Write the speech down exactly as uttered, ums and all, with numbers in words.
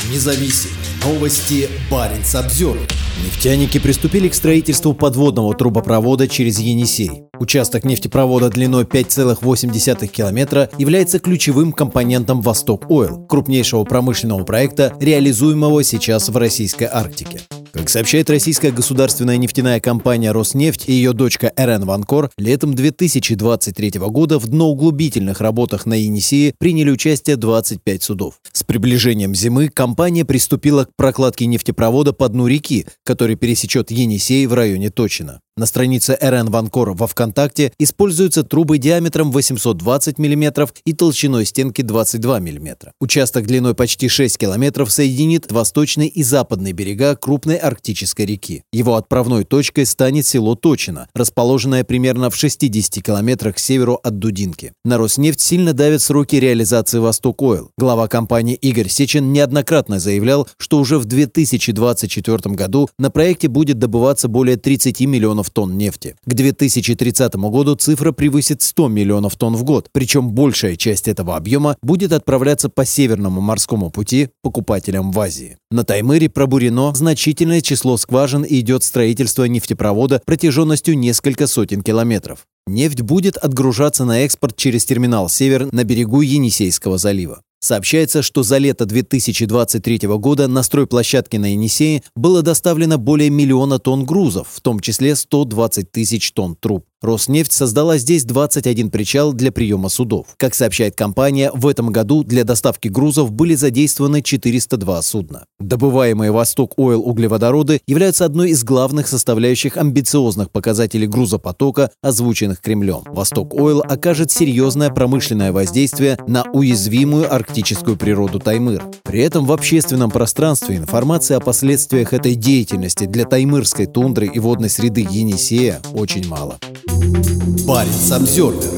Независимые новости. Баренц-Обзервер. Нефтяники приступили к строительству подводного трубопровода через Енисей. Участок нефтепровода длиной пять целых восемь десятых километра является ключевым компонентом «Восток Ойл», крупнейшего промышленного проекта, реализуемого сейчас в российской Арктике. Как сообщает российская государственная нефтяная компания «Роснефть» и ее дочка эр эн Ванкор, летом две тысячи двадцать третьего года в дноуглубительных работах на Енисее приняли участие двадцать пять судов. С приближением зимы компания приступила к прокладке нефтепровода по дну реки, который пересечет Енисей в районе Точина. На странице эр эн Ванкор во ВКонтакте используются трубы диаметром восемьсот двадцать миллиметров и толщиной стенки двадцать два миллиметра. Участок длиной почти шесть километров соединит восточный и западный берега крупной арктической реки. Его отправной точкой станет село Точино, расположенное примерно в шестидесяти километрах к северу от Дудинки. На Роснефть сильно давят сроки реализации «Восток Ойл». Глава компании Игорь Сечин неоднократно заявлял, что уже в две тысячи двадцать четвёртом году на проекте будет добываться более тридцати миллионов тонн нефти. К две тысячи тридцатому году цифра превысит сто миллионов тонн в год, причем большая часть этого объема будет отправляться по Северному морскому пути покупателям в Азии. На Таймыре пробурено значительное число скважин и идет строительство нефтепровода протяженностью несколько сотен километров. Нефть будет отгружаться на экспорт через терминал «Север» на берегу Енисейского залива. Сообщается, что за лето две тысячи двадцать третьего года на стройплощадке на Енисее было доставлено более миллиона тонн грузов, в том числе сто двадцать тысяч тонн труб. Роснефть создала здесь двадцать один причал для приема судов. Как сообщает компания, в этом году для доставки грузов были задействованы четыреста два судна. Добываемые «Восток Ойл» углеводороды являются одной из главных составляющих амбициозных показателей грузопотока, озвученных Кремлем. «Восток Ойл» окажет серьезное промышленное воздействие на уязвимую арктическую природу Таймыра. При этом в общественном пространстве информации о последствиях этой деятельности для таймырской тундры и водной среды Енисея очень мало. Баренц-Обзервер.